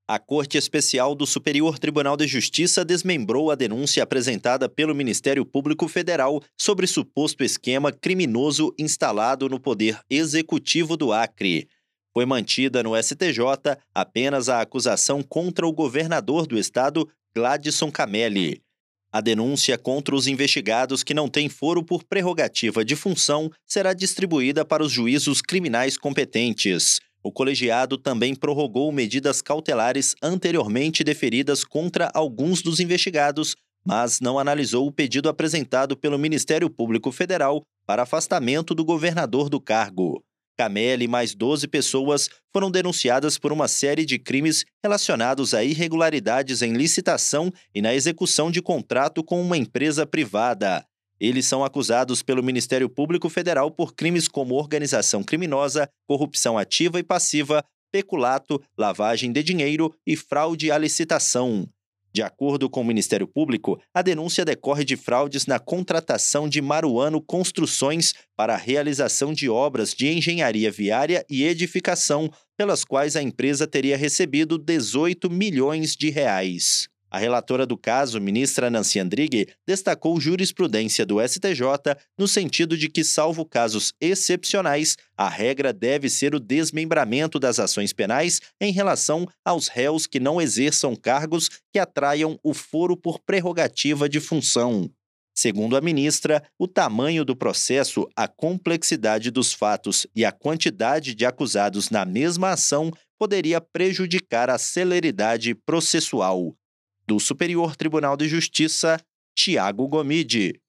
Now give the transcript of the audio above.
A Corte Especial do Superior Tribunal de Justiça desmembrou a denúncia apresentada pelo Ministério Público Federal sobre suposto esquema criminoso instalado no Poder Executivo do Acre. Foi mantida no STJ apenas a acusação contra o governador do estado, Gladson Camelli. A denúncia contra os investigados que não têm foro por prerrogativa de função será distribuída para os juízos criminais competentes. O colegiado também prorrogou medidas cautelares anteriormente deferidas contra alguns dos investigados, mas não analisou o pedido apresentado pelo Ministério Público Federal para afastamento do governador do cargo. Camelli e mais 12 pessoas foram denunciadas por uma série de crimes relacionados a irregularidades em licitação e na execução de contrato com uma empresa privada. Eles são acusados pelo Ministério Público Federal por crimes como organização criminosa, corrupção ativa e passiva, peculato, lavagem de dinheiro e fraude à licitação. De acordo com o Ministério Público, a denúncia decorre de fraudes na contratação de Maruano Construções para a realização de obras de engenharia viária e edificação, pelas quais a empresa teria recebido 18 milhões de reais. A relatora do caso, ministra Nancy Andrighi, destacou jurisprudência do STJ no sentido de que, salvo casos excepcionais, a regra deve ser o desmembramento das ações penais em relação aos réus que não exerçam cargos que atraiam o foro por prerrogativa de função. Segundo a ministra, o tamanho do processo, a complexidade dos fatos e a quantidade de acusados na mesma ação poderia prejudicar a celeridade processual. Do Superior Tribunal de Justiça, Tiago Gomide.